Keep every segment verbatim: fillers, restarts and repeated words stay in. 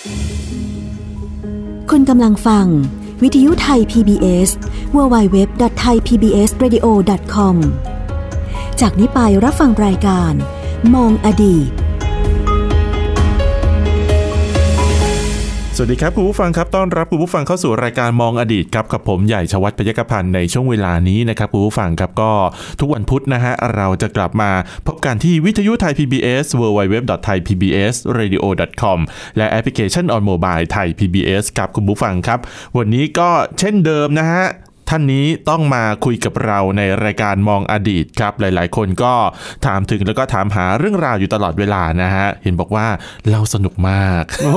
คุณกำลังฟังวิทยุไทย พี บี เอส ดับเบิลยู ดับเบิลยู ดับเบิลยู ดอท ไทย พี บี เอส เรดิโอ ดอท คอม จากนี้ไปรับฟังรายการมองอดีตสวัสดีครับคุณผู้ฟังครับต้อนรับคุณผู้ฟังเข้าสู่รายการมองอดีตครับกับผมใหญ่ชวัฒน์ พยัคฆพันธ์ในช่วงเวลานี้นะครับคุณผู้ฟังครับก็ทุกวันพุธนะฮะเราจะกลับมาพบกันที่วิทยุไทย พี บี เอส ดับเบิลยู ดับเบิลยู ดับเบิลยู ดอท ไทย พี บี เอส เรดิโอ ดอท คอม และแอปพลิเคชัน on mobile ไทย พี บี เอส ครับคุณผู้ฟังครับวันนี้ก็เช่นเดิมนะฮะท่านนี้ต้องมาคุยกับเราในรายการมองอดีตครับหลายๆคนก็ถามถึงแล้วก็ถามหาเรื่องราวอยู่ตลอดเวลานะฮะเห็นบอกว่าเล่าสนุกมาก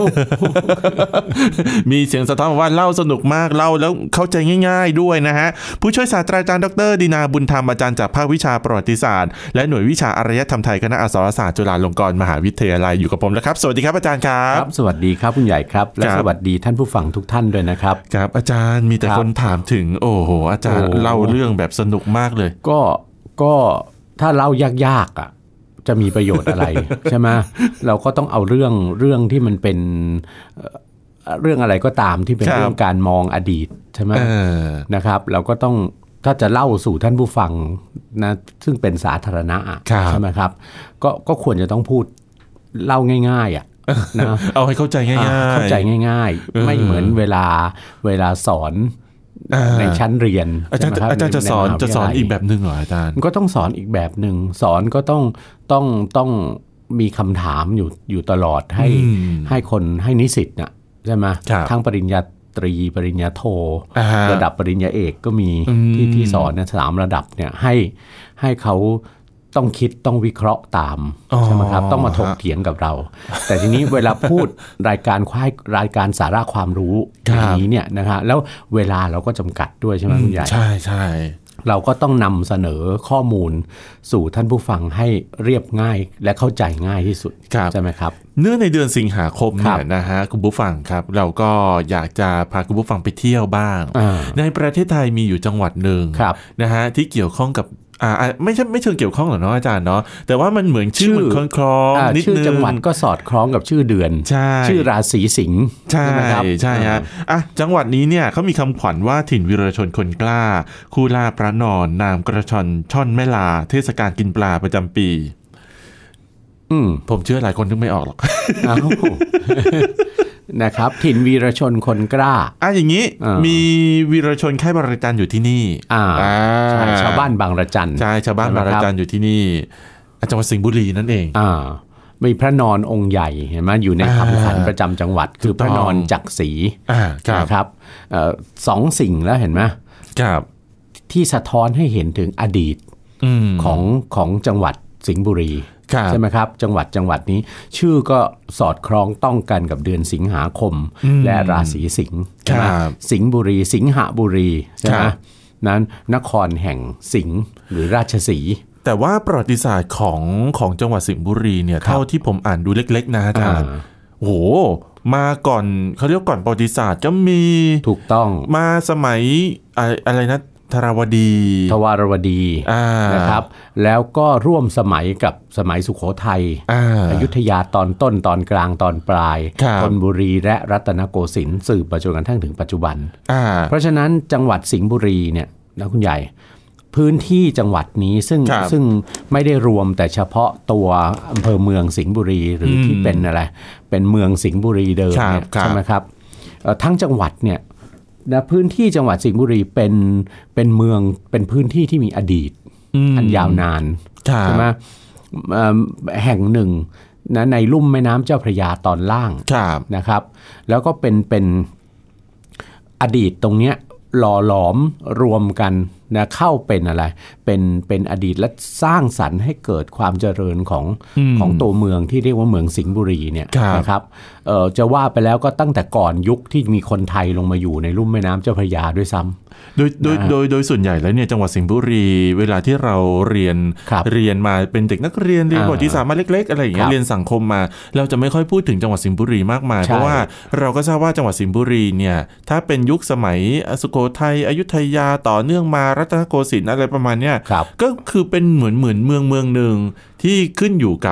มีเสียงสะท้อนว่าเล่าสนุกมากเล่าแล้วเข้าใจง่ายๆด้วยนะฮะผู้ช่วยศาสตราจารย์ดร.ดินาบุญธรรมอาจารย์จากภาควิชาประวัติศาสตร์และหน่วยวิชาอารยธรรมไทยคณะอักษรศาสตร์จุฬาลงกรณ์มหาวิทยาลัยอยู่กับผมแล้วครับสวัสดีครับอาจารย์ครับครับสวัสดีครับคุณใหญ่ครับและสวัสดีท่านผู้ฟังทุกท่านด้วยนะครับครับอาจารย์มีแต่คนถามถึงโอ้โหอาจารย์เล่าเรื่องแบบสนุกมากเลยก็ก็ถ้าเล่ายากๆอ่ะจะมีประโยชน์อะไร ใช่ไหมเราก็ต้องเอาเรื่องเรื่องที่มันเป็นเรื่องอะไรก็ตามที่เป็นเรื่องการมองอดีตใช่ไหมนะครับเราก็ต้องถ้าจะเล่าสู่ท่านผู้ฟังนะซึ่งเป็นสาธารณะใช่ไหมครับก็ก็ควรจะต้องพูดเล่าง่ายๆอ่ะนะเอาให้เข้าใจง่ายๆเข้าใจง่ายๆไม่เหมือนเวลาเวลาสอนในชั้นเรียนอาจารย์อาจารย์จะสอนจะสอนอีกแบบนึงเหรออาจารย์ก็ต้องสอนอีกแบบนึงสอนก็ต้องต้องต้องมีคำถามอยู่อยู่ตลอดให้ให้คนให้นิสิตน่ะใช่ไหมทั้งปริญญาตรีปริญญาโทระดับปริญญาเอกก็มีที่ที่สอนเนี่ยสามระดับเนี่ยให้ให้เขาต้องคิดต้องวิเคราะห์ตามใช่ไหมครับต้องมาถกเถียงกับเราแต่ทีนี้เวลาพูดรายการควายรายการสาระความรู้อย่างนี้เนี่ยนะฮะแล้วเวลาเราก็จำกัดด้วยใช่ไหมคุณใหญ่ใช่ใช่เราก็ต้องนำเสนอข้อมูลสู่ท่านผู้ฟังให้เรียบง่ายและเข้าใจง่ายที่สุดใช่ไหมครับเนื่องในเดือนสิงหาคมเนี่ยนะฮะคุณผู้ฟังครับเราก็อยากจะพาคุณผู้ฟังไปเที่ยวบ้างในประเทศไทยมีอยู่จังหวัดหนึ่งนะฮะที่เกี่ยวข้องกับอ่าไม่ใช่ไม่เชิงเกี่ยวข้องหรอกเนาะอาจารย์เนาะแต่ว่ามันเหมือนชื่อคล้องๆนิดนึงชื่อจังหวัดก็สอดคล้องกับชื่อเดือนชื่อราศีสิงห์ใช่ใช่ฮะอ่ะจังหวัดนี้เนี่ยเขามีคำขวัญว่าถิ่นวีรชนคนกล้าคู่ล่าพระนอนนามกระชอนช่อนแม่ลาเทศกาลกินปลาประจำปีอืมผมเชื่อหลายคนนึกไม่ออกหรอกนะครับถิ่นวีรชนคนกล้าอ่ะอย่างนี้มีวีรชนค่ายบางระจันอยู่ที่นี่อ่าใช่ชาวบ้านบางระจันใช่ชาวบ้านบางระจันอยู่ที่นี่จังหวัดสิงห์บุรีนั่นเองอ่ามีพระนอนองค์ใหญ่เห็นไหมอยู่ในคำขวัญประจำจังหวัดคือพระนอนจักรีนะครับสองสิ่งแล้วเห็นไหมครับที่สะท้อนให้เห็นถึงอดีตของของจังหวัดสิงห์บุรีใช่ไหมครับจังหวัดจังหวัดนี้ชื่อก็สอดคล้องต้องกันกับเดือนสิงหาคมและราศีสิงห์ใช่ไหมสิงห์บุรีสิงหบุรีใช่ไหมนั้นนครแห่งสิงห์หรือราชสีห์แต่ว่าประวัติศาสตร์ของของจังหวัดสิงห์บุรีเนี่ยเท่าที่ผมอ่านดูเล็กๆนะอาจารย์โอ้โหมาก่อนเขาเรียกก่อนประวัติศาสตร์ก็มีถูกต้องมาสมัยอะไรนะทราวดีทวารวดีนะครับแล้วก็ร่วมสมัยกับสมัยสุโขทัย อ, อยุธยาตอนต้นตอนกลางตอนปลายธนบุรีและรัตนโกสินทร์สืบมาจนกระทั่งถึงปัจจุบันเพราะฉะนั้นจังหวัดสิงห์บุรีเนี่ยนะคุณใหญ่พื้นที่จังหวัดนี้ซึ่งซึ่งไม่ได้รวมแต่เฉพาะตัวอำเภอเมืองสิงห์บุรีหรือที่เป็นอะไรเป็นเมืองสิงห์บุรีเดิมเนี่ยใช่ไหมครับทั้งจังหวัดเนี่ยนะพื้นที่จังหวัดสิงห์บุรีเป็นเป็นเมืองเป็นพื้นที่ที่มีอดีตอันยาวนานใช่ไหมแห่งหนึ่งนะในลุ่มแม่น้ำเจ้าพระยาตอนล่างนะครับแล้วก็เป็นเป็นอดีตตรงเนี้ยหล่อหลอมรวมกันนะเข้าเป็นอะไรเป็นเป็นอดีตและสร้างสรรค์ให้เกิดความเจริญของของตัวเมืองที่เรียกว่าเมืองสิงห์บุรีเนี่ยนะครับเอ่อจะว่าไปแล้วก็ตั้งแต่ก่อนยุคที่มีคนไทยลงมาอยู่ในลุ่มแม่น้ำเจ้าพระยาด้วยซ้ำโดยโดยโดยโดยส่วนใหญ่แล้วเนี่ยจังหวัดสิงห์บุรีเวลาที่เราเรียนเรียนมาเป็นเด็กนักเรียนเรียนประวัติศาสตร์มาเล็กๆอะไรอย่างเงี้ยเรียนสังคมมาเราจะไม่ค่อยพูดถึงจังหวัดสิงห์บุรีมากมายเพราะว่าเราก็ทราบว่าจังหวัดสิงห์บุรีเนี่ยถ้าเป็นยุคสมัยสุโขทัยอยุธยาต่อเนื่องมารัตนโกสินทร์อะไรประมาณเนี้ยก็คือเป็นเหมือนเหมือนเมืองเมืองนึงที่ขึ้นอยู่กับ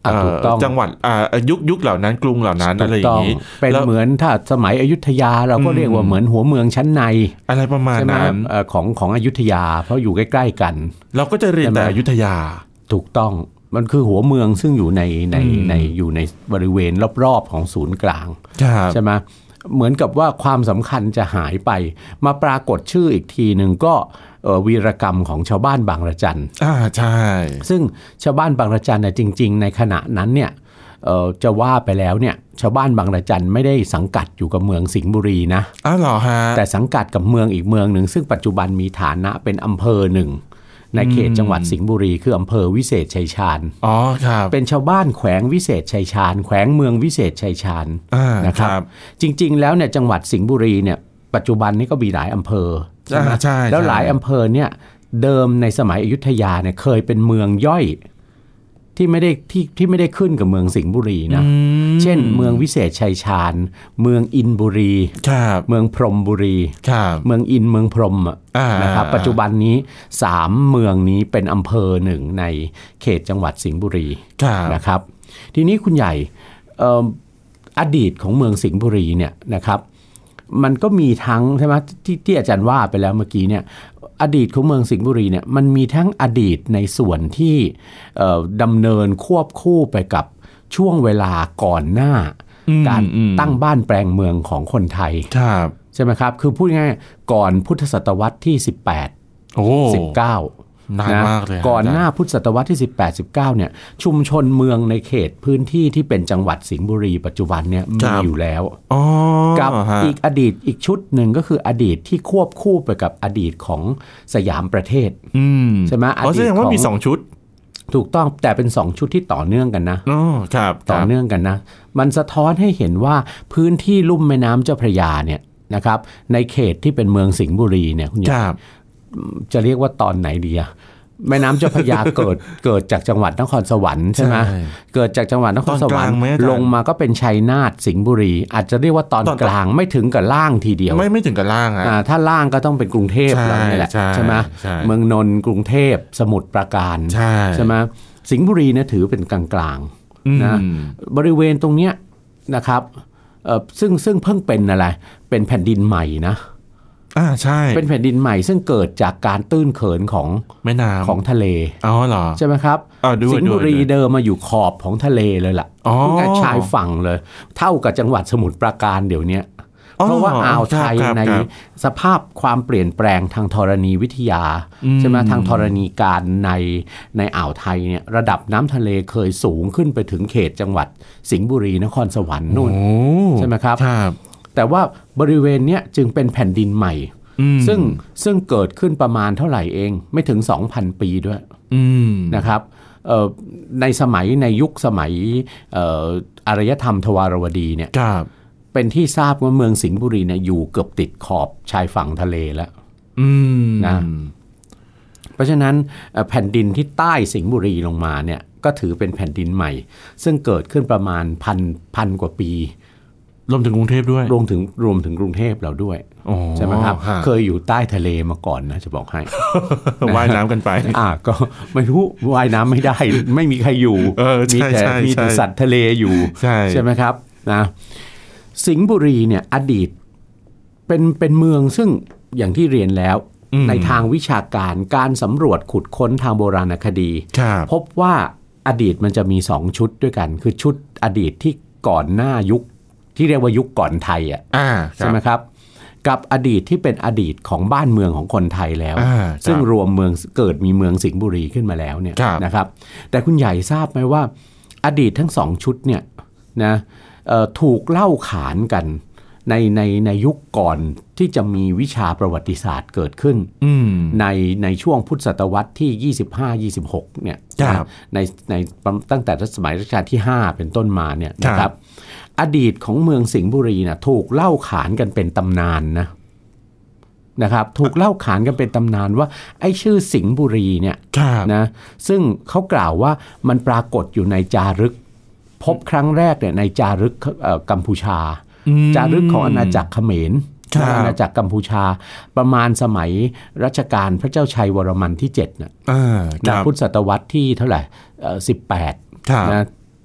จังหวัดยุคยุคเหล่านั้นกรุงเหล่านั้นอะไรอย่างนี้เป็นเหมือนถ้าสมัยอยุธยาเราก็เรียกว่าเหมือนหัวเมืองชั้นในอะไรประมาณนั้นของของอยุธยาเพราะอยู่ใกล้ๆกันเราก็จะเรียนแต่อยุธยาถูกต้องมันคือหัวเมืองซึ่งอยู่ในในในอยู่ในบริเวณรอบๆของศูนย์กลางใช่ไหมเหมือนกับว่าความสำคัญจะหายไปมาปรากฏชื่ออีกทีหนึ่งก็วีรกรรมของชาวบ้านบางระจันอ่าใช่ซึ่งชาวบ้านบางระจันเนี่ยจริงๆในขณะนั้นเนี่ยจะว่าไปแล้วเนี่ยชาวบ้านบางระจันไม่ได้สังกัดอยู่กับเมืองสิงห์บุรีนะอ้าวเหรอฮะแต่สังกัดกับเมืองอีกเมืองหนึ่งซึ่งปัจจุบันมีฐานะเป็นอำเภอหนึ่งในเขตจังหวัดสิงห์บุรีคืออำเภอวิเศษชัยชาญอ๋อครับเป็นชาวบ้านแขวงวิเศษชัยชาญแขวงเมืองวิเศษชัยชาญนะครับจริงๆแล้วเนี่ยจังหวัดสิงห์บุรีเนี่ยปัจจุบันนี้ก็มีหลายอำเภอใช่ไหมแล้วหลายอำเภอเนี่ยเดิมในสมัยอยุธยาเนี่ยเคยเป็นเมืองย่อยที่ไม่ได้ที่ที่ไม่ได้ขึ้นกับเมืองสิงห์บุรีนะเช่นเมืองวิเศษชัยชาญเมืองอินบุรีเมืองพรหมบุรีเมืองอินเมืองพรหมนะครับปัจจุบันนี้สามเมืองนี้เป็นอำเภอหนึ่งในเขตจังหวัดสิงห์บุรีนะครับทีนี้คุณใหญ่อดีตของเมืองสิงห์บุรีเนี่ยนะครับมันก็มีทั้งใช่ไหมที่ที่อาจารย์ว่าไปแล้วเมื่อกี้เนี่ยอดีตของเมืองสิงห์บุรีเนี่ยมันมีทั้งอดีตในส่วนที่ดำเนินควบคู่ไปกับช่วงเวลาก่อนหน้าการตั้งบ้านแปลงเมืองของคนไทยใช่ไหมครับคือพูดง่ายก่อนพุทธศตวรรษที่สิบแปด สิบเก้านานมากเลยก่อนหน้าพุทธศตวรรษที่สิบแปด สิบเก้าเนี่ยชุมชนเมืองในเขตพื้นที่ที่เป็นจังหวัดสิงห์บุรีปัจจุบันเนี่ยมีอยู่แล้วกับอีกอดีตอีกชุดหนึ่งก็คืออดีตที่ควบคู่ไปกับอดีตของสยามประเทศใช่ไหมอดีตของมีสองชุดถูกต้องแต่เป็นสองชุดที่ต่อเนื่องกันนะอ๋อครับต่อเนื่องกันนะมันสะท้อนให้เห็นว่าพื้นที่ลุ่มแม่น้ำเจ้าพระยาเนี่ยนะครับในเขตที่เป็นเมืองสิงห์บุรีเนี่ยคุณยายจะเรียกว่าตอนไหนดีอะแม่น้ำเจ้าพระยาเกิดเกิดจากจังหวัดนครสวรรค์ใช่ไหมเกิดจากจังหวัดนครสวรรค์ลงมาก็เป็นชัยนาทสิงห์บุรีอาจจะเรียกว่าตอนกลางไม่ถึงกับล่างทีเดียวไม่ไม่ถึงกับล่างอ่ะถ้าล่างก็ต้องเป็นกรุงเทพแล้วนี่แหละใช่ไหมเมืองนนท์กรุงเทพสมุทรปราการใช่ไหมสิงห์บุรีเนี่ยถือเป็นกลางกลางนะบริเวณตรงเนี้ยนะครับซึ่งซึ่งเพิ่งเป็นอะไรเป็นแผ่นดินใหม่นะอ่าใช่เป็นแผ่นดินใหม่ซึ่งเกิดจากการตื้นเขินของแม่น้ำของทะเลอ๋อเหรอใช่ไหมครับสิงห์บุรีเดิมมาอยู่ขอบของทะเลเลยล่ะแค่ชายฝั่งเลยเท่ากับจังหวัดสมุทรปราการเดี๋ยวนี้เพราะว่าอ่าวไทยในสภาพความเปลี่ยนแปลงทางธรณีวิทยาใช่ไหมทางธรณีการในในอ่าวไทยเนี่ยระดับน้ำทะเลเคยสูงขึ้นไปถึงเขตจังหวัดสิงห์บุรีนครสวรรค์นู่นใช่ไหมครับแต่ว่าบริเวณเนี้ยจึงเป็นแผ่นดินใหม่ซึ่งซึ่งเกิดขึ้นประมาณเท่าไหร่เองไม่ถึง สองพัน ปีด้วยนะครับในสมัยในยุคสมัยอารยธรรมทวารวดีเนี่ยเป็นที่ทราบว่าเมืองสิงห์บุรีเนี่ยอยู่เกือบติดขอบชายฝั่งทะเลแล้วนะเพราะฉะนั้นแผ่นดินที่ใต้สิงห์บุรีลงมาเนี่ยก็ถือเป็นแผ่นดินใหม่ซึ่งเกิดขึ้นประมาณพันพันกว่าปีรวมถึงกรุงเทพด้วยรวมถึงรวมถึงกรุงเทพเราด้วยใช่ไหมครับเคยอยู่ใต้ทะเลมาก่อนนะจะบอกให้ว่ายน้ำกันไปอ่าก็ไม่รู้ว่ายน้ำไม่ได้ไม่มีใครอยู่มีแต่มีแต่สัตว์ทะเลอยู่ใช่ไหมครับนะสิงห์บุรีเนี่ยอดีตเป็นเป็นเมืองซึ่งอย่างที่เรียนแล้วในทางวิชาการการสำรวจขุดค้นทางโบราณคดีพบว่าอดีตมันจะมีสองชุดด้วยกันคือชุดอดีตที่ก่อนหน้ายุคที่เรียกว่ายุคก่อนไทยอ่ะใช่ไหมครับกับอดีตที่เป็นอดีตของบ้านเมืองของคนไทยแล้วซึ่งรวมเมืองเกิดมีเมืองสิงห์บุรีขึ้นมาแล้วเนี่ยนะครับแต่คุณใหญ่ทราบไหมว่าอดีตทั้งสองชุดเนี่ยนะถูกเล่าขานกันในในในยุคก่อนที่จะมีวิชาประวัติศาสตร์เกิดขึ้นในในช่วงพุทธศตวรรษที่ยี่สิบห้า ยี่สิบหกเนี่ยในในตั้งแต่สมัยรัชกาลที่ห้าเป็นต้นมาเนี่ยนะครับอดีตของเมืองสิงห์บุรีนะถูกเล่าขานกันเป็นตำนานนะนะครับถูกเล่าขานกันเป็นตำนานว่าไอ้ชื่อสิงห์บุรีเนี่ยนะซึ่งเขากล่าวว่ามันปรากฏอยู่ในจารึกพบครั้งแรกเนี่ยในจารึกกัมพูชาจารึกของอาณาจักรเขมรอาณาจักรกัมพูชาประมาณสมัยรัชกาลพระเจ้าชัยวรมันที่เจ็ดนะพุทธศตวรรษที่เท่าไหร่สิบแปดนะ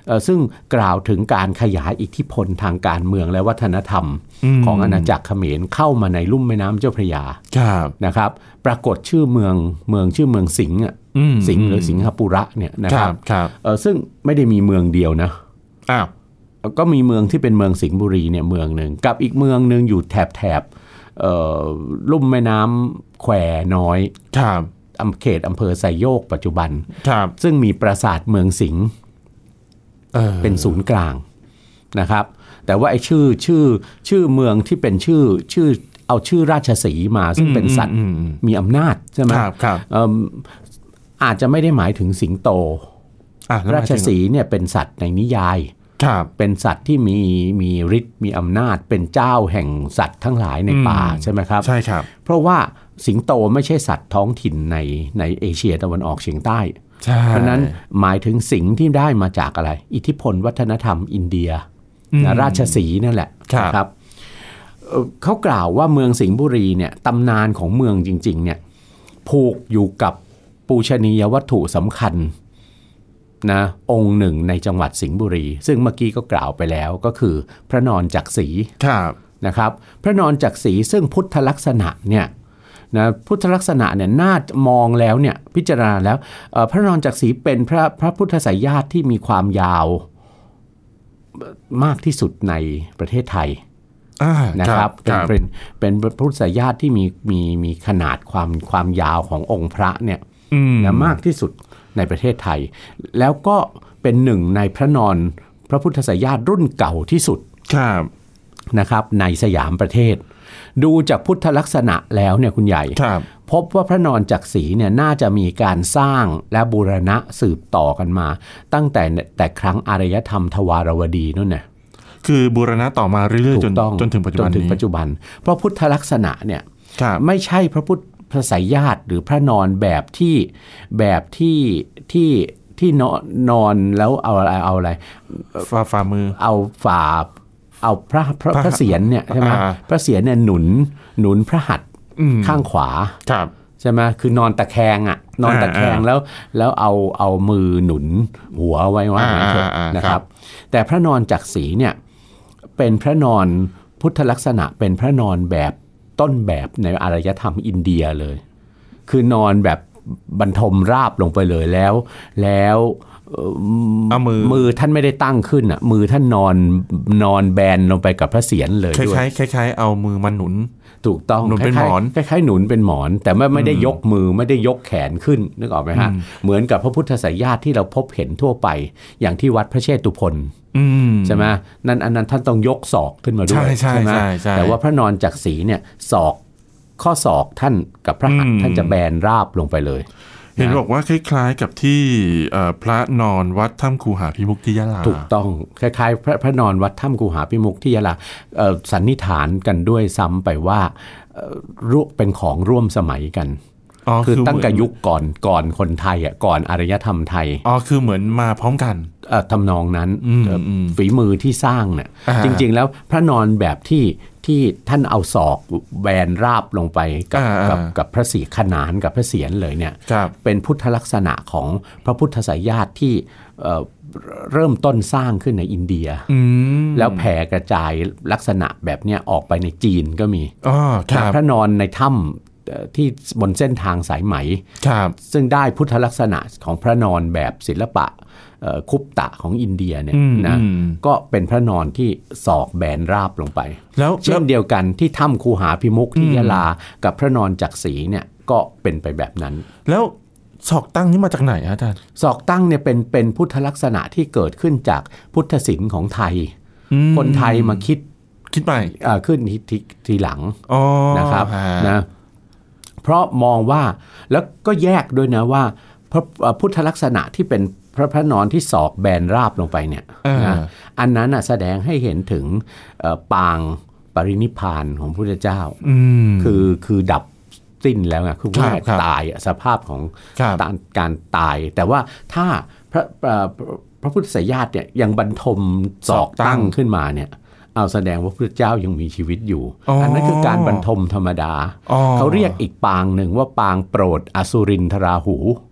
ซึ่งกล่าวถึงการขยายอิทธิพลทางการเมืองและวัฒนธรรมของอาณาจักรเขมรเข้ามาในลุ่มแม่น้ำเจ้าพระยานะครับปรากฏชื่อเมืองเมืองชื่อเมืองสิงห์สิงห์หรือสิงหปุระเนี่ยนะครับซึ่งไม่ได้มีเมืองเดียวนะอ้าวก็มีเมืองที่เป็นเมืองสิงห์บุรีเนี่ยเมืองหนึ่งกับอีกเมืองหนึ่งอยู่แถบแถบลุ่มแม่น้ำแควน้อยเขตอำเภอไซโยกปัจจุบันซึ่งมีปราสาทเมืองสิงห์เป็นศูนย์กลางนะครับแต่ว่าไอ้ชื่อชื่อชื่อเมืองที่เป็นชื่อชื่อเอาชื่อราชสีห์มาซึ่งเป็นสัตว์มีอำนาจใช่ไหมอาจจะไม่ได้หมายถึงสิงโตราชสีห์เนี่ยเป็นสัตว์ในนิยายเป็นสัตว์ที่มีมีฤทธิ์มีอำนาจเป็นเจ้าแห่งสัตว์ทั้งหลายในป่าใช่ไหมครับใช่ครับเพราะว่าสิงโตไม่ใช่สัตว์ท้องถิ่นในในเอเชียตะวันออกเฉียงใต้เพราะนั้นหมายถึงสิงห์ที่ได้มาจากอะไรอิทธิพลวัฒนธรรมอินเดียนะราชสีห์นั่นแหละครับเขากล่าวว่าเมืองสิงห์บุรีเนี่ยตำนานของเมืองจริงๆเนี่ยผูกอยู่กับปูชนียวัตถุสำคัญนะองค์หนึ่งในจังหวัดสิงห์บุรีซึ่งเมื่อกี้ก็กล่าวไปแล้วก็คือพระนอนจักรีนะครับพระนอนจักรีซึ่งพุทธลักษณะเนี่ยนะพุทธลักษณะเนี่ยน่ามองแล้วเนี่ยพิจารณาแล้วพระนอนจักรีเป็นพระพระพุทธสายญาติที่มีความยาวมากที่สุดในประเทศไทยนะครับเป็นเป็นเป็นพระพุทธสายญาติที่มีมีมีขนาดความความยาวขององค์พระเนี่ยนะมากที่สุดในประเทศไทยแล้วก็เป็นหนึ่งในพระนอนพระพุทธสายญาติรุ่นเก่าที่สุดนะครับในสยามประเทศดูจากพุทธลักษณะแล้วเนี่ยคุณใหญ่พบว่าพระนอนจักรีเนี่ยน่าจะมีการสร้างและบูรณะสืบต่อกันมาตั้งแต่แต่ครั้งอารยธรรมทวารวดีนู่นน่ะคือบูรณะต่อมาเรื่อยๆจนจนถึงปัจจุบันนี้จนถึงปัจจุบันเพราะพุทธลักษณะเนี่ยไม่ใช่พระพุทธพระสายญาติหรือพระนอนแบบที่แบบที่ที่ที่นอนนอนแล้วเอาอะไรเอาอะไรฝ่าฝ่ามือเอาฝ่าเอาพระพระพระเศียรเนี่ยใช่ไหมพระเศียรเนี่ยหนุนหนุนพระหัตถ์ข้างขวาใช่ไหมคือนอนตะแคงอ่ะนอนตะแคงแล้วแล้วเอาเอามือหนุนหัวไว้ว่างั้นเถอะนะครับแต่พระนอนจักรีเนี่ยเป็นพระนอนพุทธลักษณะเป็นพระนอนแบบต้นแบบในอารยธรรมอินเดียเลยคือนอนแบบบรรทมราบลงไปเลยแล้วแล้วเอามือมือท่านไม่ได้ตั้งขึ้นอ่ะมือท่านนอนนอนแบนลงไปกับพระเศียรเลยด้วยคล้ายๆคล้ายๆเอามือมันหนุนถูกต้องหนุนเป็นหมอนคล้ายๆหนุนเป็นหมอนแต่ไม่ไม่ได้ยกมือไม่ได้ยกแขนขึ้นนึกออกไหมฮะเหมือนกับพระพุทธสายญาติที่เราพบเห็นทั่วไปอย่างที่วัดพระเชตุพนใช่ไหมนั่นอันนั้นท่านต้องยกศอกขึ้นมาด้วยใช่ไหมแต่ว่าพระนอนจักรีเนี่ยศอกข้อศอกท่านกับพระหัตถ์ท่านจะแบนราบลงไปเลยเห็นบอกว่าคล้ายๆกับที่พระนอนวัดถ้ำคูหาพิมุขที่ยะลาถูกต้องคล้ายๆพระพระนอนวัดถ้ำคูหาพิมุขที่ยะลาสันนิษฐานกันด้วยซ้ำไปว่าร่วมเป็นของร่วมสมัยกันคือตั้งแต่ยุคก่อนก่อนคนไทยอ่ะก่อนอารยธรรมไทยอ๋อคือเหมือนมาพร้อมกันทำนองนั้นฝีมือที่สร้างเนี่ยจริงๆแล้วพระนอนแบบที่ที่ท่านเอาศอกแบนราบลงไปกับกับกับพระศรีขนานกับพระเศียรเลยเนี่ยเป็นพุทธลักษณะของพระพุทธสายญาติที่เริ่มต้นสร้างขึ้นในอินเดียแล้วแผ่กระจายลักษณะแบบนี้ออกไปในจีนก็มีพระนอนในถ้ำที่บนเส้นทางสายไหมซึ่งได้พุทธลักษณะของพระนอนแบบศิลปะคุปตะของอินเดียเนี่ยนะก็เป็นพระนอนที่ศอกแบนราบลงไปแล้วเช่นเดียวกันที่ถ้ำคูหาพิมุขที่ยะลากับพระนอนจักรีเนี่ยก็เป็นไปแบบนั้นแล้วศอกตั้งนี่มาจากไหนอาจารย์ศอกตั้งเนี่ยเป็นเป็นพุทธลักษณะที่เกิดขึ้นจากพุทธศิลป์ของไทยคนไทยมาคิดคิดใหม่ขึ้นทีทีหลังนะครับนะเพราะมองว่าแล้วก็แยกด้วยนะว่าพระพุทธลักษณะที่เป็นพระพระนอนที่ศอกแบนราบลงไปเนี่ยนะอันนั้นแสดงให้เห็นถึงปางปรินิพพานของพระพุทธเจ้าคือคือดับสิ้นแล้วไงคือว่าตายสภาพของการตายแต่ว่าถ้าพระพระพุทธสายญาติเนี่ยยังบรรทมศอกตั้งขึ้นมาเนี่ยเอาแสดงว่าพระเจ้ายังมีชีวิตอยู่ อ, อันนั้นคือการบรรทมธรรมดาเขาเรียกอีกปางหนึ่งว่าปางโปรดอสุรินทราหู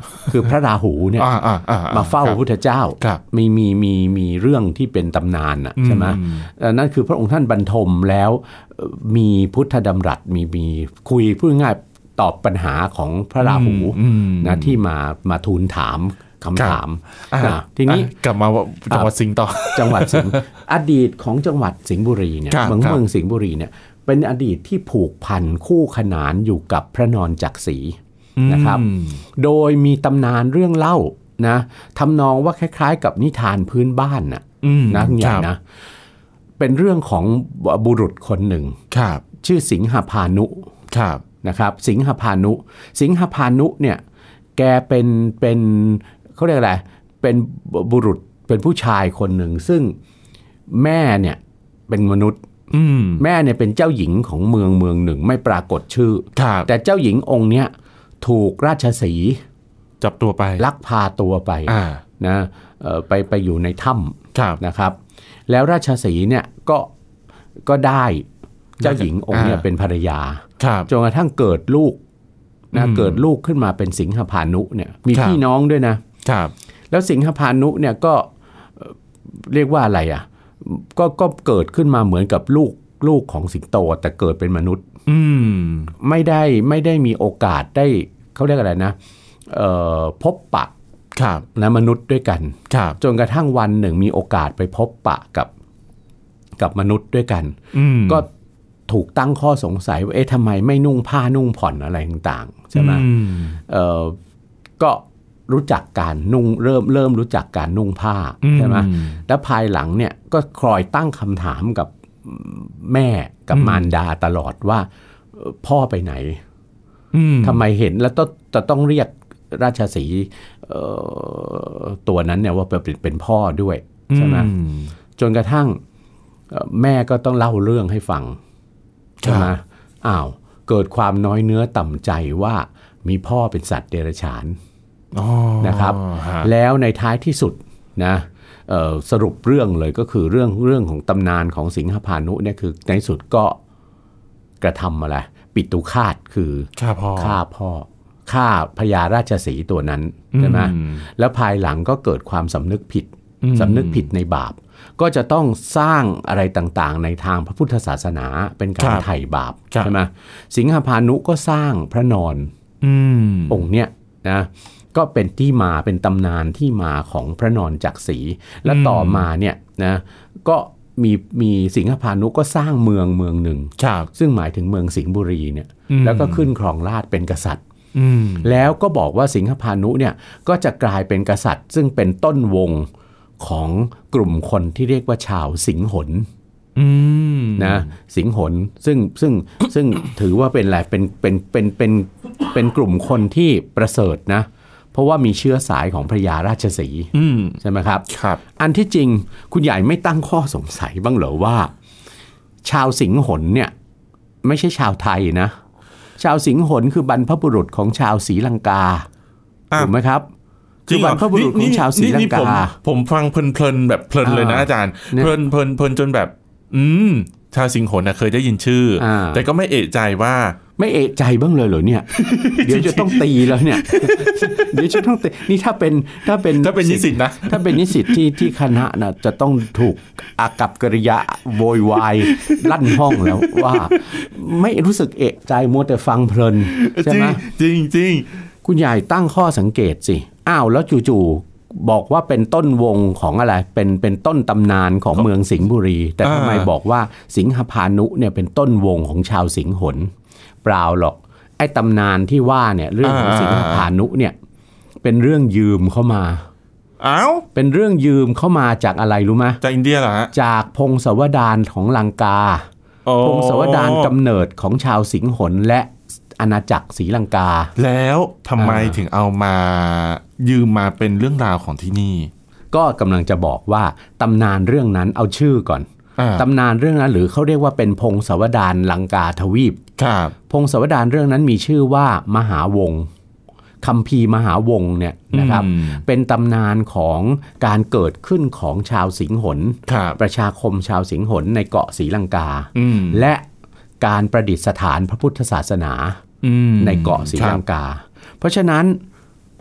คือพระราหูเนี่ยมาเฝ้าพระพุทธเจ้ามีมีมีมีเรื่องที่เป็นตำนานนะใช่ไหมนั่นคือพระองค์ท่านบรรทมแล้วมีพุทธดำรัสมีมีคุยพูดง่ายตอบปัญหาของพระราหูนะที่มามาทูลถามคำถามทีนี้กลับมาจังหวัดสิงห์ต่อจังหวัดสิงห์อดีตของจังหวัดสิงห์บุรีเนี่ยเมืองเมืองสิงห์บุรีเนี่ยเป็นอดีตที่ผูกพันคู่ขนานอยู่กับพระนอนจักรีนะครับโดยมีตำนานเรื่องเล่านะทำนองว่าคล้ายๆกับนิทานพื้นบ้านน่ะนะใหญ่นะเป็นเรื่องของบุรุษคนหนึ่งชื่อสิงหพานุนะครับสิงหพานุสิงหพานุเนี่ยแกเป็นเป็นเขาเรียกอะไรเป็นบุรุษเป็นผู้ชายคนหนึ่งซึ่งแม่เนี่ยเป็นมนุษย์แม่เนี่ยเป็นเจ้าหญิงของเมืองเมืองหนึ่งไม่ปรากฏชื่อแต่เจ้าหญิงองค์เนี้ยถูกราชสีห์จับตัวไปลักพาตัวไปนะไปไปอยู่ในถ้ำนะครับแล้วราชสีห์เนี่ยก็ก็ได้เจ้าหญิงองค์เนี้ยเป็นภรรยาจนกระทั่งเกิดลูกนะเกิดลูกขึ้นมาเป็นสิงหพานุเนี่ยมีพี่น้องด้วยนะแล้วสิงหพานุเนี่ยก็เรียกว่าอะไรอ่ะก็ก็เกิดขึ้นมาเหมือนกับลูกลูกของสิงโตแต่เกิดเป็นมนุษย์ไม่ได้ไม่ได้มีโอกาสได้เขาเรียกอะไรนะพบปะนะมนุษย์ด้วยกันจนกระทั่งวันหนึ่งมีโอกาสไปพบปะกับกับมนุษย์ด้วยกันก็ถูกตั้งข้อสงสัยว่าเอ๊ะทำไมไม่นุ่งผ้านุ่งผ่อนอะไรต่างๆใช่ไหมก็รู้จักการนุ่งเริ่มเริ่มรู้จักการนุ่งผ้าใช่ไหมแล้วภายหลังเนี่ยก็คอยตั้งคำถามกับแม่กับมารดาตลอดว่าพ่อไปไหนทำไมเห็นแล้วต้องจะต้องเรียกราชสีห์ตัวนั้นเนี่ยว่าเป็นเป็นพ่อด้วยใช่ไหมจนกระทั่งแม่ก็ต้องเล่าเรื่องให้ฟังใช่ไหมอ้าวเกิดความน้อยเนื้อต่ำใจว่ามีพ่อเป็นสัตว์เดรัจฉานนะครับแล้วในท้ายที่สุดนะสรุปเรื่องเลยก็คือเรื่องเรื่องของตำนานของสิงหพานุเนี่ยคือในสุดก็กระทำอะไรปิตุฆาตคือฆ่าพ่อฆ่าพ่อฆ่าพญาราชสีห์ตัวนั้นใช่ไหมแล้วภายหลังก็เกิดความสำนึกผิดสำนึกผิดในบาปก็จะต้องสร้างอะไรต่างๆในทางพระพุทธศาสนาเป็นการไถ่บาปใช่ไหมสิงหพานุก็สร้างพระนอนองค์เนี้ยนะก็เป็นที่มาเป็นตำนานที่มาของพระนอนจักรีและต่อมาเนี่ยนะก็มีมีสิงหพานุก็สร้างเมืองเมืองหนึ่งซึ่งหมายถึงเมืองสิงห์บุรีเนี่ยแล้วก็ขึ้นครองราชย์เป็นกษัตริย์แล้วก็บอกว่าสิงหพานุเนี่ยก็จะกลายเป็นกษัตริย์ซึ่งเป็นต้นวงของกลุ่มคนที่เรียกว่าชาวสิงหนนะสิงหนซึ่งซึ่งซึ่งถือว่าเป็นอะไรเป็นเป็นเป็นเป็นเป็นกลุ่มคนที่ประเสริฐนะเพราะว่ามีเชื้อสายของพระยาราชสีห์ใช่ไหมครับครับอันที่จริงคุณใหญ่ไม่ตั้งข้อสงสัยบ้างเหรอว่าชาวสิงหนเนี่ยไม่ใช่ชาวไทยนะชาวสิงหนคือบรรพบุรุษของชาวศรีลังกาถูกไหมครับคือบรรพบุรุษของชาวศรีลังกาผมฟังเพลินๆแบบเพลินเลยนะอาจารย์เพลินเพลินเพลินจนแบบอืมชาวสิงหนนะเคยได้ยินชื่อแต่ก็ไม่เอะใจว่าไม่เอะใจบ้างเลยเหรอเนี่ยเดี๋ยวจะต้องตีแล้วเนี่ยเดี๋ยวจะต้องตีนี่ถ้าเป็นถ้าเป็นถ้าเป็นนิสิตนะถ้าเป็นนิสิตที่ที่คณะนะจะต้องถูกอากัปกิริยาโวยวายลั่นห้องแล้วว่าไม่รู้สึกเอะใจมัวแต่ฟังเพลินใช่ไหมจริงจริงคุณใหญ่ตั้งข้อสังเกตสิอ้าวแล้วจู่ๆบอกว่าเป็นต้นวงของอะไรเป็นเป็นต้นตำนานของเมืองสิงห์บุรีแต่ทำไมบอกว่าสิงหพานุเนี่ยเป็นต้นวงของชาวสิงหนเปล่าหรอกไอ้ตำนานที่ว่าเนี่ยเรื่องของสิงหพานุเนี่ยเป็นเรื่องยืมเข้ามาอ้าวเป็นเรื่องยืมเข้ามาจากอะไรรู้ไหมจากอินเดียเหรอฮะจากพงศาวดารของลังกาพงศาวดารกำเนิดของชาวสิงหนและอาณาจักรศรีลังกาแล้วทำไมถึงเอามายืมมาเป็นเรื่องราวของที่นี่ก็กำลังจะบอกว่าตำนานเรื่องนั้นเอาชื่อก่อนตำนานเรื่องนั้นหรือเขาเรียกว่าเป็นพงศาวดารลังกาทวีปพงศาวดารเรื่องนั้นมีชื่อว่ามหาวงศ์คัมภีร์มหาวงศ์เนี่ยนะครับเป็นตำนานของการเกิดขึ้นของชาวสิงหนประชาคมชาวสิงหนในเกาะศรีลังกาและการประดิษฐานพระพุทธศาสนาในเกาะศรีลังกาเพราะฉะนั้น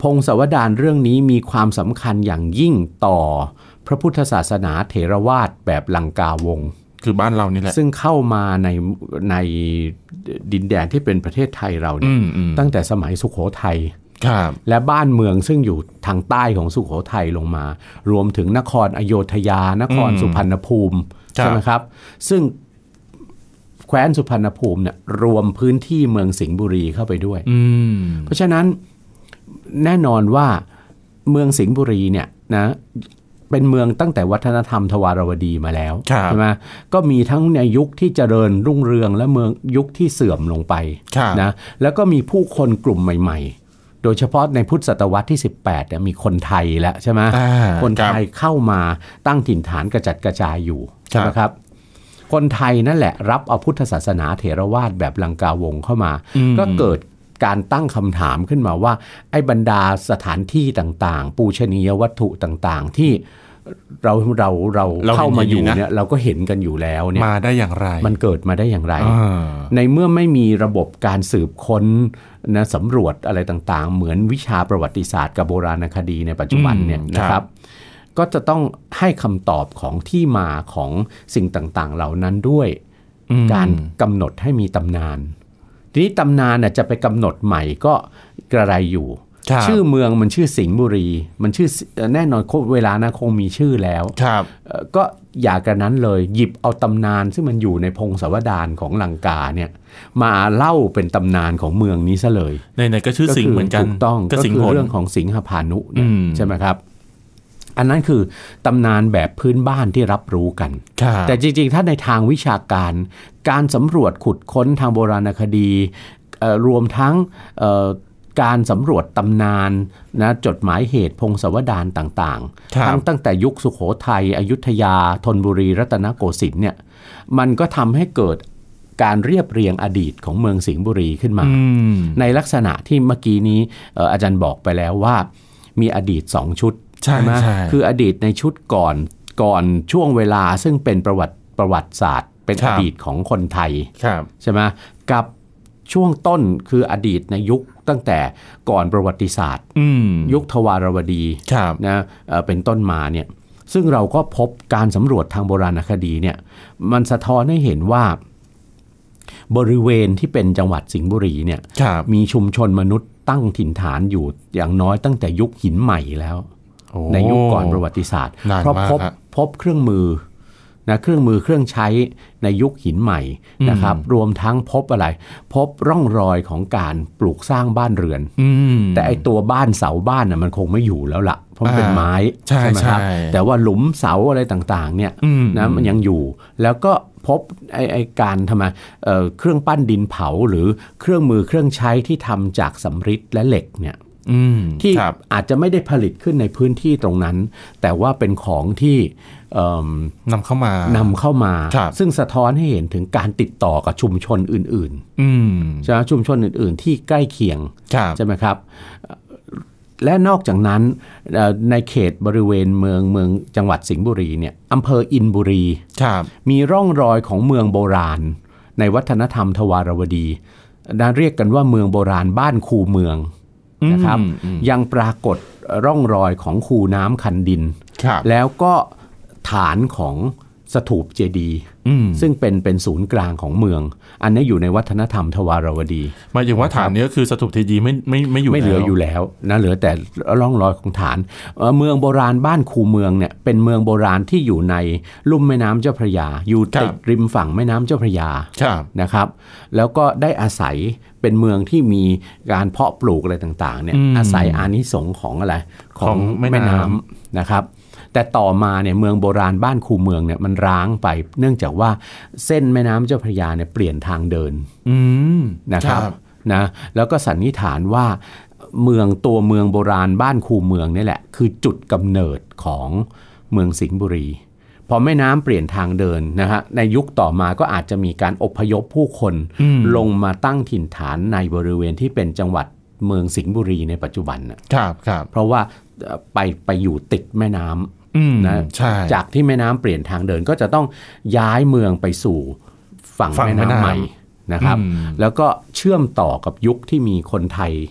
พงศาวดารเรื่องนี้มีความสำคัญอย่างยิ่งต่อพระพุทธศาสนาเถรวาทแบบลังกาวงศ์คือบ้านเรานี่แหละซึ่งเข้ามาในในดินแดนที่เป็นประเทศไทยเราเนี่ยตั้งแต่สมัยสุโขทัยและบ้านเมืองซึ่งอยู่ทางใต้ของสุโขทัยลงมารวมถึงนครอโยธยานครสุพรรณภูมิใช่ไหมครับซึ่งแคว้นสุพรรณภูมิเนี่ยรวมพื้นที่เมืองสิงห์บุรีเข้าไปด้วยเพราะฉะนั้นแน่นอนว่าเมืองสิงห์บุรีเนี่ยนะเป็นเมืองตั้งแต่วัฒนธรรมทวารวดีมาแล้วใช่ไหมก็มีทั้งในยุคที่เจริญรุ่งเรืองและเมืองยุคที่เสื่อมลงไปนะแล้วก็มีผู้คนกลุ่มใหม่ๆโดยเฉพาะในพุทธศตวรรษที่สิบแปดเนี่ยมีคนไทยแล้วใช่ไหมคนไทยเข้ามาตั้งถิ่นฐานกระจัดกระจายอยู่ใช่ไหมครับคนไทยนั่นแหละรับเอาพุทธศาสนาเถรวาทแบบลังกาวงศ์เข้ามาก็เกิดการตั้งคำถามขึ้นมาว่าไอ้บรรดาสถานที่ต่างๆปูชนียวัตถุต่างๆที่เราเราเราเข้ามาอยู่เนี่ยเราก็เห็นกันอยู่แล้วเนี่ยมาได้อย่างไรมันเกิดมาได้อย่างไรในเมื่อไม่มีระบบการสืบค้นนะสำรวจอะไรต่างๆเหมือนวิชาประวัติศาสตร์กับโบราณคดีในปัจจุบันเนี่ยนะครับก็จะต้องให้คำตอบของที่มาของสิ่งต่างๆเหล่านั้นด้วยการกำหนดให้มีตำนานทีนี้ตำนานน่ะจะไปกำหนดใหม่ก็กระไรอยู่ชื่อเมืองมันชื่อสิงห์บุรีมันชื่อแน่นอนเวลานะคงมีชื่อแล้วก็อย่ากระนั้นเลยหยิบเอาตำนานซึ่งมันอยู่ในพงศาวดารของลังกาเนี่ยมาเล่าเป็นตำนานของเมืองนี้ซะเลยในๆก็ชื่อสิงห์เหมือนกันถูกต้องก็คือเรื่องของสิงหพานุใช่ไหมครับอันนั้นคือตำนานแบบพื้นบ้านที่รับรู้กันแต่จริงๆถ้าในทางวิชาการการสำรวจขุดค้นทางโบราณคดีรวมทั้งการสำรวจตำนานนะจดหมายเหตุพงศาวดารต่างๆทั้งตั้งแต่ยุคสุโขทัยอยุธยาธนบุรีรัตนโกสินทร์เนี่ยมันก็ทำให้เกิดการเรียบเรียงอดีตของเมืองสิงห์บุรีขึ้นมาในลักษณะที่เมื่อกี้นี้อาจารย์บอกไปแล้วว่ามีอดีตสองชุดใช่ไหมคืออดีตในชุดก่อนก่อนช่วงเวลาซึ่งเป็นประวัติประวัติศาสตร์เป็นอดีตของคนไทยใช่ไหมกับช่วงต้นคืออดีตในยุคตั้งแต่ก่อนประวัติศาสตร์ยุคทวารวดีนะเป็นต้นมาเนี่ยซึ่งเราก็พบการสำรวจทางโบราณคดีเนี่ยมันสะท้อนให้เห็นว่าบริเวณที่เป็นจังหวัดสิงห์บุรีเนี่ยมีชุมชนมนุษย์ตั้งถิ่นฐานอยู่อย่างน้อยตั้งแต่ยุคหินใหม่แล้วในยุคก่อนประวัติศาสตร์เพราะพบพบเครื่องมือนะเครื่องมือเครื่องใช้ในยุคหินใหม่นะครับรวมทั้งพบอะไรพบร่องรอยของการปลูกสร้างบ้านเรือนแต่ไอตัวบ้านเสาบ้านน่ะมันคงไม่อยู่แล้วละเพราะมันเป็นไม้ใช่ไหมครับแต่ว่าหลุมเสาอะไรต่างๆเนี่ยนะมันยังอยู่แล้วก็พบไอไอการทำไมเอ่อเครื่องปั้นดินเผาหรือเครื่องมือเครื่องใช้ที่ทำจากสำริดและเหล็กเนี่ยที่อาจจะไม่ได้ผลิตขึ้นในพื้นที่ตรงนั้นแต่ว่าเป็นของที่นำเข้ามานำเข้ามาซึ่งสะท้อนให้เห็นถึงการติดต่อกับชุมชนอื่นๆใช่ไหมชุมชนอื่นๆที่ใกล้เคียงใช่ไหมครับและนอกจากนั้นในเขตบริเวณเมืองเมืองจังหวัดสิงห์บุรีเนี่ยอำเภออินบุรีมีร่องรอยของเมืองโบราณในวัฒนธรรมทวารวดีเรียกกันว่าเมืองโบราณบ้านคูเมืองนะครับยังปรากฏร่องรอยของคูน้ำคันดินแล้วก็ฐานของสถูปเจดีย์ซึ่งเป็นเป็นศูนย์กลางของเมืองอันนี้อยู่ในวัฒนธรรมทวารวดีหมายถึงว่าฐานนี้ก็คือสถูปเจดีย์ไม่ไม่ไม่อยู่ไม่เหลืออยู่แล้วนะเหลือแต่ร่องรอยของฐานเมืองโบราณบ้านคูเมืองเนี่ยเป็นเมืองโบราณที่อยู่ในลุ่มแม่น้ำเจ้าพระยาอยู่ติดริมฝั่งแม่น้ำเจ้าพระยานะครับแล้วก็ได้อาศัยเป็นเมืองที่มีการเพาะปลูกอะไรต่างๆเนี่ยอาศัยอานิสงส์ของอะไรของแม่น้ำนะครับแต่ต่อมาเนี่ยเมืองโบราณบ้านคูเมืองเนี่ยมันร้างไปเนื่องจากว่าเส้นแม่น้ำเจ้าพระยาเนี่ยเปลี่ยนทางเดินนะครับนะแล้วก็สันนิษฐานว่าเมืองตัวเมืองโบราณบ้านคูเมืองนี่แหละคือจุดกำเนิดของเมืองสิงห์บุรีพอแม่น้ำเปลี่ยนทางเดินนะฮะในยุคต่อมาก็อาจจะมีการอพยพผู้คนลงมาตั้งถิ่นฐานในบริเวณที่เป็นจังหวัดเมืองสิงห์บุรีในปัจจุบันนะครับครับเพราะว่าไปไปอยู่ติดแม่น้ำนะจากที่แม่น้ำเปลี่ยนทางเดินก็จะต้องย้ายเมืองไปสู่ฝั่งแม่น้ำใหม่นะครับแล้วก็เชื่อมต่อกับยุคที่มีคนไทย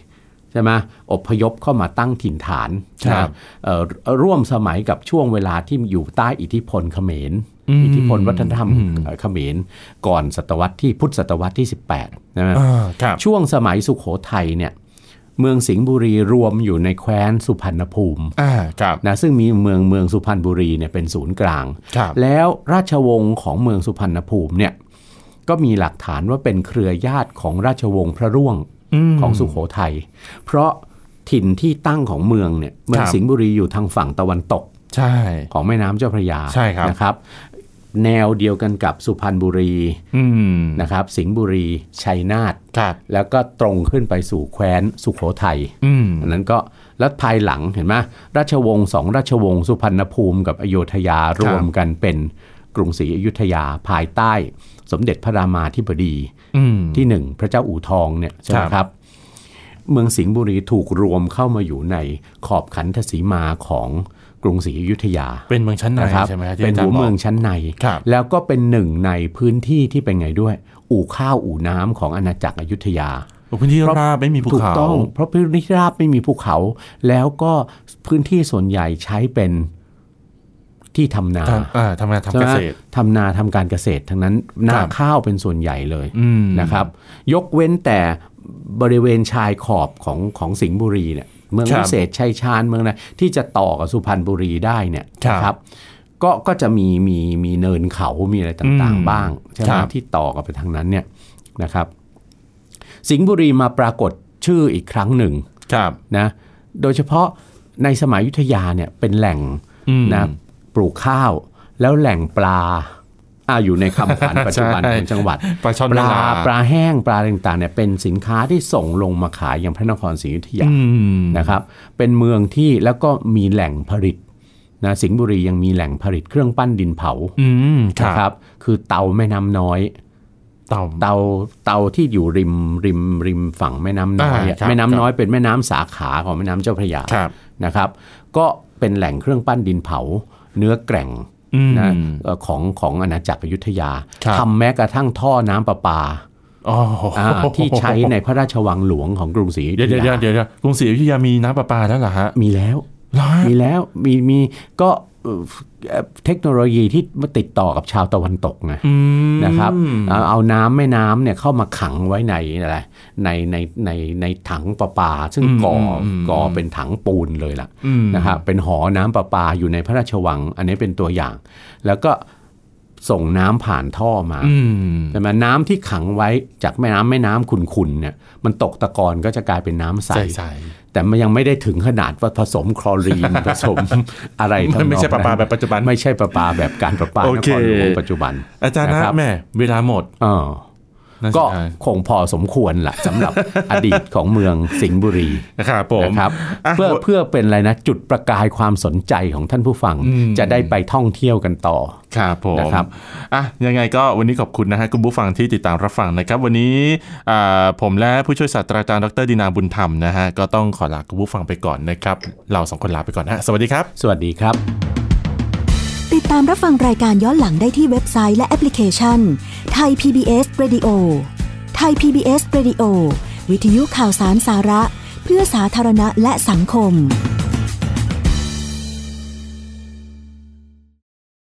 ใช่ไหมอพยพเข้ามาตั้งถิ่นฐานนะร่วมสมัยกับช่วงเวลาที่อยู่ใต้อิทธิพลเขมรอิทธิพลวัฒนธรรมเขมรก่อนศตวรรษที่พุทธศตวรรษที่สิบแปดนะช่วงสมัยสุโขทัยเนี่ยเมืองสิงห์บุรีรวมอยู่ในแคว้นสุพรรณภูมินะซึ่งมีเมืองเมืองสุพรรณบุรีเนี่ยเป็นศูนย์กลางแล้วราชวงศ์ของเมืองสุพรรณภูมิเนี่ยก็มีหลักฐานว่าเป็นเครือญาติของราชวงศ์พระร่วงของสุโขทัยเพราะถิ่นที่ตั้งของเมืองเนี่ยเมืองสิงห์บุรีอยู่ทางฝั่งตะวันตกของแม่น้ำเจ้าพระยานะครับแนวเดียวกันกับสุพรรณบุรีนะครับสิงห์บุรีชัยนาทแล้วก็ตรงขึ้นไปสู่แคว้นสุโขทัยอันนั้นก็แล้วภายหลังเห็นไหมราชวงศ์สองราชวงศ์สุพรรณภูมิกับอโยธยารวมกันเป็นกรุงศรีอยุธยาภายใต้สมเด็จพระรามาธิบดีที่หนึ่งพระเจ้าอู่ทองเนี่ยใช่ไหมครับเมืองสิงห์บุรีถูกรวมเข้ามาอยู่ในขอบขันธสีมาของกรุงศรีอยุธยาเป็นเมืองชั้นในใช่ไหมเป็นหัวเมืองชั้นในแล้วก็เป็นหนึ่งในพื้นที่ที่เป็นไงด้วยอู่ข้าวอู่น้ำของอาณาจักรอยุธยาพื้นที่ราบไม่มีภูเขาถูกต้องเพราะพื้นที่ราบไม่มีภูเขาแล้วก็พื้นที่ส่วนใหญ่ใช้เป็นที่ทำนาทำนาทำเกษตรทำนาทำการเกษตรทั้งนั้นนาข้าวเป็นส่วนใหญ่เลยนะครับยกเว้นแต่บริเวณชายขอบของของสิงห์บุรีเนี่ยเมืองวิเศษชัยชาญเมืองอะไรที่จะต่อกับสุพรรณบุรีได้เนี่ยนะครับก็ก็จะมีมีมีเนินเขามีอะไรต่างๆบ้างใช่ไหมที่ต่อกับไปทางนั้นเนี่ยนะครับสิงห์บุรีมาปรากฏชื่ออีกครั้งหนึ่งนะโดยเฉพาะในสมัยอยุธยาเนี่ยเป็นแหล่งนะปลูกข้าวแล้วแหล่งปลาอยู่ในคำขวัญปัจจุบันของจังหวัดปลาปลาปลาแห้งปลาต่างๆเนี่ยเป็นสินค้าที่ส่งลงมาขายอย่างพระนครศรีอยุธยานะครับเป็นเมืองที่แล้วก็มีแหล่งผลิตนะสิงห์บุรียังมีแหล่งผลิตเครื่องปั้นดินเผานะครับคือเตาแม่น้ำน้อยเตาเตาเตาที่อยู่ริมริมริมฝั่งแม่น้ำน้อยแม่น้ำน้อยเป็นแม่น้ำสาขาของแม่น้ำเจ้าพระยานะครับก็เป็นแหล่งเครื่องปั้นดินเผาเนื้อแกร่งนะของของอาณาจักรอยุธยาทำแม้กระทั่งท่อน้ำประปาที่ใช้ในพระราชวังหลวงของกรุงศรีอยุธยาเดี๋ยวเดี๋ยวกรุงศรีอยุธยามีน้ำประปาแล้วเหรอฮะมีแล้วมีแล้วมีมีก็เทคโนโลยีที่มาติดต่อกับชาวตะวันตกไงนะครับเอาน้ำแม่น้ำเนี่ยเข้ามาขังไว้ในอะไรในในในในถังประปาซึ่งก่อก่อเป็นถังปูนเลยล่ะนะครับเป็นหอน้ำประปาอยู่ในพระราชวังอันนี้เป็นตัวอย่างแล้วก็ส่งน้ำผ่านท่อมาแต่มาน้ำที่ขังไว้จากแม่น้ำแม่น้ำขุ่นๆเนี่ยมันตกตะกอนก็จะกลายเป็นน้ำใสแต่มันยังไม่ได้ถึงขนาดว่าผสมคลอรีนผสมอะไรทั้งนั้นไม่ใช่ประปาแบบปัจจุบันไม่ใช่ประปาแบบการประปานครหลวงปัจจุบันอาจารย์นะแม่เวลาหมดก็คงพอสมควรแหละสำหรับอดีตของเมืองสิงห์บุรีนะครับผมนะครับเพื่อเพื่อเป็นอะไรนะจุดประกายความสนใจของท่านผู้ฟังจะได้ไปท่องเที่ยวกันต่อครับผมนะครับอ่ะยังไงก็วันนี้ขอบคุณนะฮะคุณผู้ฟังที่ติดตามรับฟังนะครับวันนี้ผมและผู้ช่วยศาสตราจารย์ดร.ดินาบุญธรรมนะฮะก็ต้องขอลาคุณผู้ฟังไปก่อนนะครับเราสองคนลาไปก่อนนะสวัสดีครับสวัสดีครับติดตามรับฟังรายการย้อนหลังได้ที่เว็บไซต์และแอปพลิเคชัน Thai พี บี เอส Radio Thai พี บี เอส Radio วิทยุข่าวสารสาระเพื่อสาธารณะและสังคม